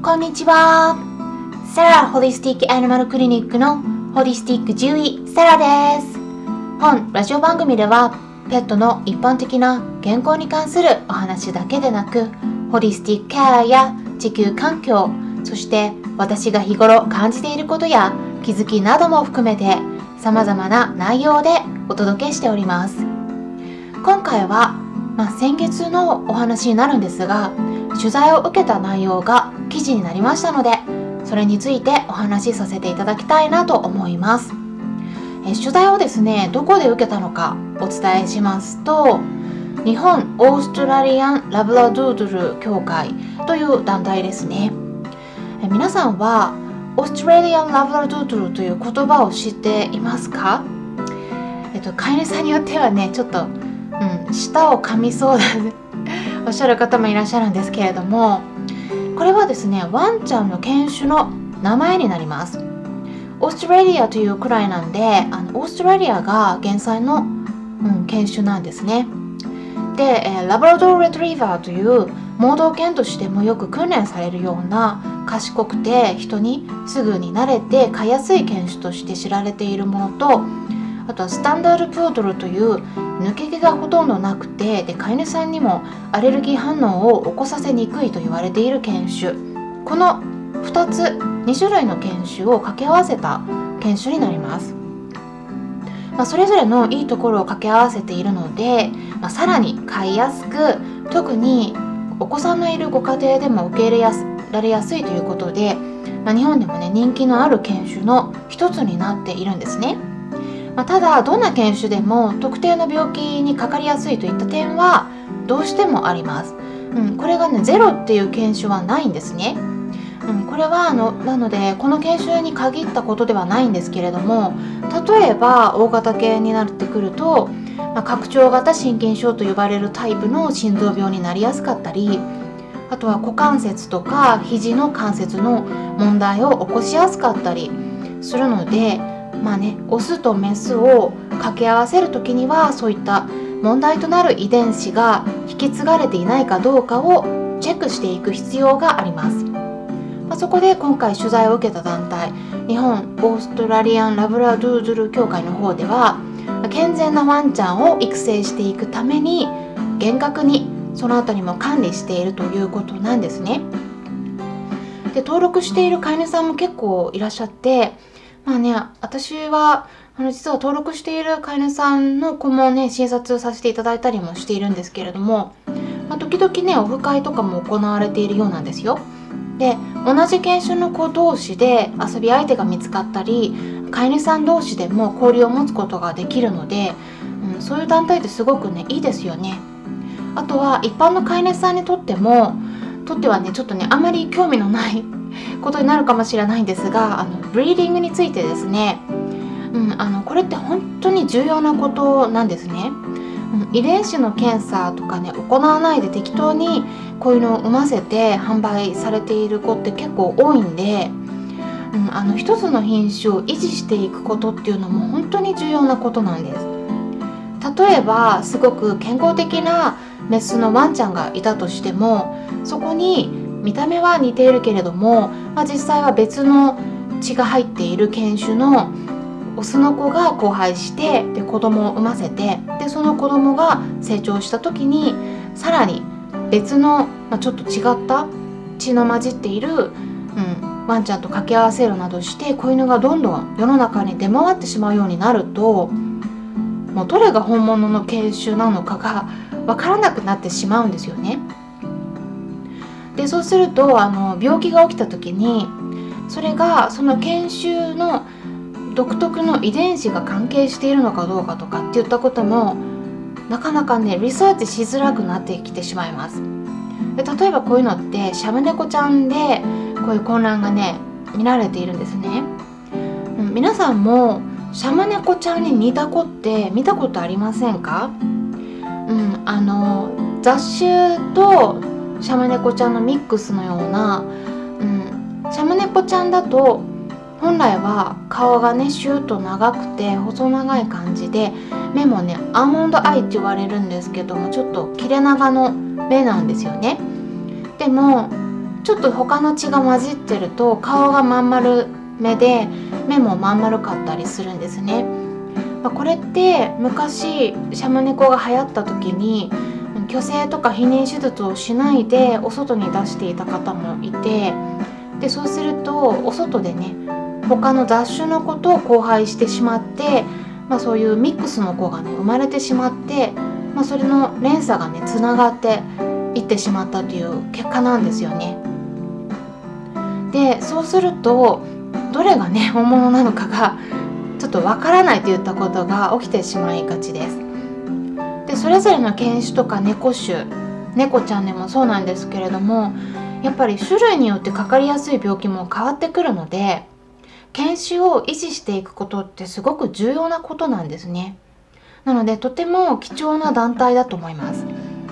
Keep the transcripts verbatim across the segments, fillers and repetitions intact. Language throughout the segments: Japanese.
こんにちは。サラホリスティックアニマルクリニックのホリスティック獣医サラです。本ラジオ番組ではペットの一般的な健康に関するお話だけでなく、ホリスティックケアや地球環境、そして私が日頃感じていることや気づきなども含めて様々な内容でお届けしております。今回は、まあ、先月のお話になるんですが、取材を受けた内容が記事になりましたので、それについてお話しさせていただきたいなと思います。え取材をですね、どこで受けたのかお伝えしますと、日本オーストラリアンラブラドゥードル協会という団体ですね。え皆さんはオーストラリアンラブラドゥードルという言葉を知っていますか？えっと、飼い主さんによってはね、ちょっと、うん、舌を噛みそうだおっしゃる方もいらっしゃるんですけれども、これはですね、ワンちゃんの犬種の名前になります。オーストラリアというくらいなんで、あのオーストラリアが原産の、うん、犬種なんですね。で、えー、ラブラドールレトリーバーという盲導犬としてもよく訓練されるような賢くて人にすぐに慣れて飼いやすい犬種として知られているものと、あとはスタンダードプードルという抜け毛がほとんどなくて、で飼い主さんにもアレルギー反応を起こさせにくいと言われている犬種、このふたつに種類の犬種を掛け合わせた犬種になります。まあ、それぞれのいいところを掛け合わせているので、まあ、さらに飼いやすく、特にお子さんのいるご家庭でも受け入れやすられやすいということで、まあ、日本でもね人気のある犬種の一つになっているんですね。まあ、ただどんな犬種でも特定の病気にかかりやすいといった点はどうしてもあります。うん、これがねゼロっていう犬種はないんですね。うん、これはあのなのでこの犬種に限ったことではないんですけれども、例えば大型犬になってくると、まあ、拡張型心筋症と呼ばれるタイプの心臓病になりやすかったり、あとは股関節とか肘の関節の問題を起こしやすかったりするので、まあね、オスとメスを掛け合わせるときにはそういった問題となる遺伝子が引き継がれていないかどうかをチェックしていく必要があります。まあ、そこで今回取材を受けた団体、日本オーストラリアンラブラドゥードル協会の方では、健全なワンちゃんを育成していくために厳格にそのあたりも管理しているということなんですね。で、登録している飼い主さんも結構いらっしゃって、まあね、私はあの実は登録している飼い主さんの子もね診察させていただいたりもしているんですけれども、まあ、時々ねオフ会とかも行われているようなんですよ。で、同じ犬種の子同士で遊び相手が見つかったり、飼い主さん同士でも交流を持つことができるので、うん、そういう団体ってすごくねいいですよね。あとは一般の飼い主さんにとってもとってはねちょっとねあまり興味のないことになるかもしれないんですが、あのブリーディングについてですね、うん、あのこれって本当に重要なことなんですね。うん、遺伝子の検査とかね行わないで適当にこういうのを産ませて販売されている子って結構多いんで、うん、あの一つの品種を維持していくことっていうのも本当に重要なことなんです。例えばすごく健康的なメスのワンちゃんがいたとしても、そこに見た目は似ているけれども、まあ、実際は別の血が入っている犬種のオスの子が交配してで子供を産ませて、でその子供が成長した時にさらに別の、まあ、ちょっと違った血の混じっている、うん、ワンちゃんと掛け合わせるなどして子犬がどんどん世の中に出回ってしまうようになると、もうどれが本物の犬種なのかが分からなくなってしまうんですよね。でそうするとあの病気が起きた時にそれがその犬種の独特の遺伝子が関係しているのかどうかとかっていったこともなかなかねリサーチしづらくなってきてしまいます。で例えばこういうのってシャム猫ちゃんでこういう混乱がね見られているんですね。うん、皆さんもシャム猫ちゃんに似た子って見たことありませんか？うん、あの雑種とシャム猫ちゃんのミックスのような、うん、シャム猫ちゃんだと本来は顔がねシューッと長くて細長い感じで、目もねアーモンドアイって言われるんですけども、ちょっと切れ長の目なんですよね。でもちょっと他の血が混じってると顔がまん丸目で目もまん丸かったりするんですね。まあ、これって昔シャム猫が流行った時に去勢とか避妊手術をしないでお外に出していた方もいて、でそうするとお外でね他の雑種の子と交配してしまって、まあ、そういうミックスの子がね生まれてしまって、まあ、それの連鎖がねつながっていってしまったという結果なんですよね。でそうするとどれがね本物なのかがちょっとわからないといったことが起きてしまいがちです。でそれぞれの犬種とか猫種、猫ちゃんでもそうなんですけれども、やっぱり種類によってかかりやすい病気も変わってくるので、犬種を維持していくことってすごく重要なことなんですね。なのでとても貴重な団体だと思います。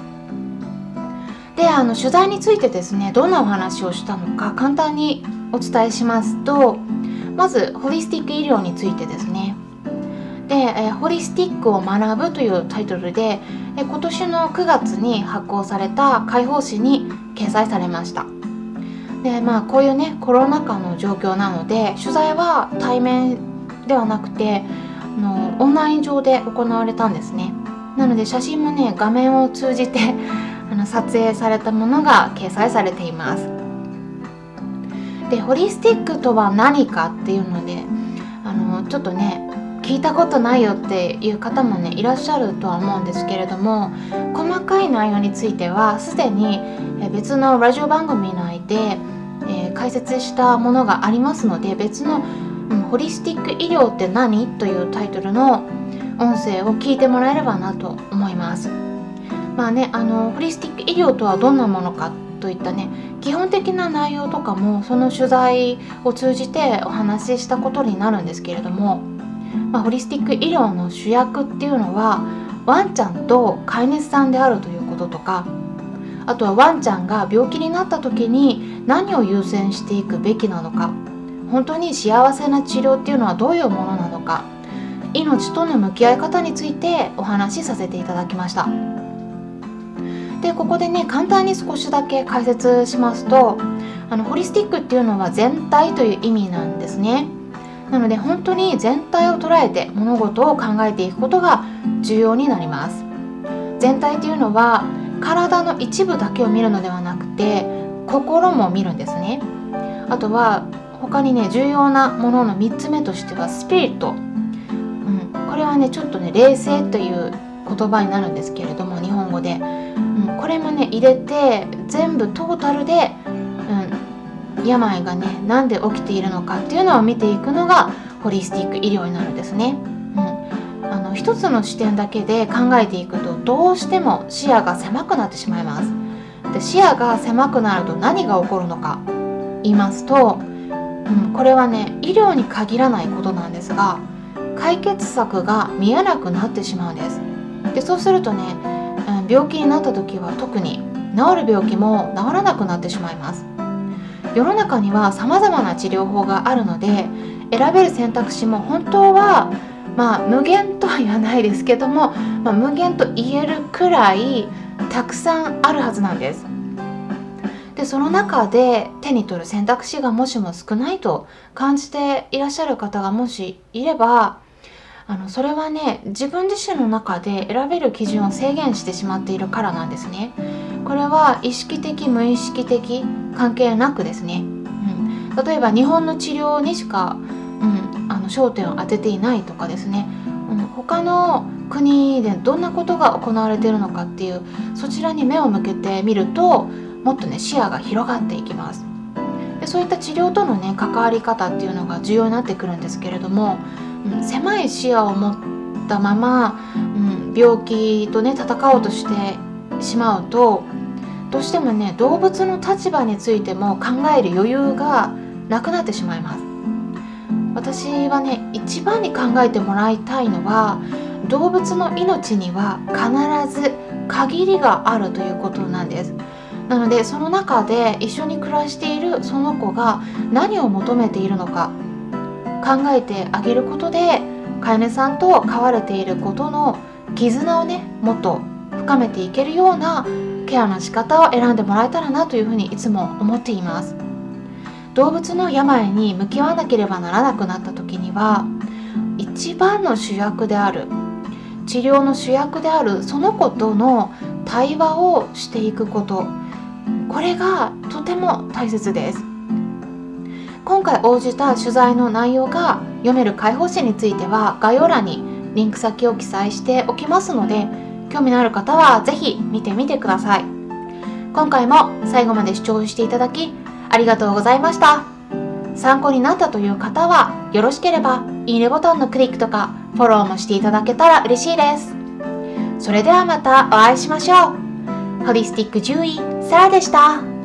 であの取材についてですね、どんなお話をしたのか簡単にお伝えしますと、まずホリスティック医療についてですね。で、えー、ホリスティックを学ぶというタイトルで、えー、今年のくがつに発行された解放誌に掲載されました。でまあこういうねコロナ禍の状況なので、取材は対面ではなくてあのオンライン上で行われたんですね。なので写真もね画面を通じてあの撮影されたものが掲載されています。でホリスティックとは何かっていうので、あのちょっとね聞いたことないよっていう方もねいらっしゃるとは思うんですけれども、細かい内容についてはすでに別のラジオ番組内で、えー、解説したものがありますので、別の、うん、ホリスティック医療って何というタイトルの音声を聞いてもらえればなと思います。まあね、あのホリスティック医療とはどんなものかといったね基本的な内容とかもその取材を通じてお話ししたことになるんですけれども、まあ、ホリスティック医療の主役っていうのはワンちゃんと飼い主さんであるということとか、あとはワンちゃんが病気になった時に何を優先していくべきなのか、本当に幸せな治療っていうのはどういうものなのか、命との向き合い方についてお話しさせていただきました。でここでね簡単に少しだけ解説しますと、あのホリスティックっていうのは全体という意味なんですね。なので本当に全体を捉えて物事を考えていくことが重要になります。全体というのは体の一部だけを見るのではなくて心も見るんですね。あとは他にね重要なもののみっつめとしてはスピリット、うん、これはねちょっとね霊性という言葉になるんですけれども日本語で、うん、これもね入れて全部トータルで、うん、病がねなんで起きているのかっていうのを見ていくのがホリスティック医療になるんですね。うん、あの一つの視点だけで考えていくとどうしても視野が狭くなってしまいます。で視野が狭くなると何が起こるのか言いますと、うん、これはね医療に限らないことなんですが、解決策が見えなくなってしまうんです。でそうするとね、うん、病気になった時は特に治る病気も治らなくなってしまいます。世の中には様々な治療法があるので、選べる選択肢も本当はまあ無限とは言わないですけども、まあ、無限と言えるくらいたくさんあるはずなんです。でその中で手に取る選択肢がもしも少ないと感じていらっしゃる方がもしいれば、あのそれはね自分自身の中で選べる基準を制限してしまっているからなんですね。これは意識的無意識的関係なくですね、うん、例えば日本の治療にしか、うん、あの焦点を当てていないとかですね、うん、他の国でどんなことが行われているのかっていうそちらに目を向けてみるともっとね視野が広がっていきます。でそういった治療とのね関わり方っていうのが重要になってくるんですけれども、うん、狭い視野を持ったまま、うん、病気とね戦おうとしてしまうとどうしてもね動物の立場についても考える余裕がなくなってしまいます。私はね一番に考えてもらいたいのは、動物の命には必ず限りがあるということなんです。なのでその中で一緒に暮らしているその子が何を求めているのか考えてあげることで、飼い主さんと飼われていることの絆をねもっと深めていけるようなケアの仕方を選んでもらえたらなというふうにいつも思っています。動物の病に向き合わなければならなくなった時には、一番の主役である、治療の主役であるその子との対話をしていくこと、これがとても大切です。今回応じた取材の内容が読める解放誌については概要欄にリンク先を記載しておきますので、興味のある方はぜひ見てみてください。今回も最後まで視聴していただきありがとうございました。参考になったという方はよろしければいいねボタンのクリックとかフォローもしていただけたら嬉しいです。それではまたお会いしましょう。ホリスティック獣医サラでした。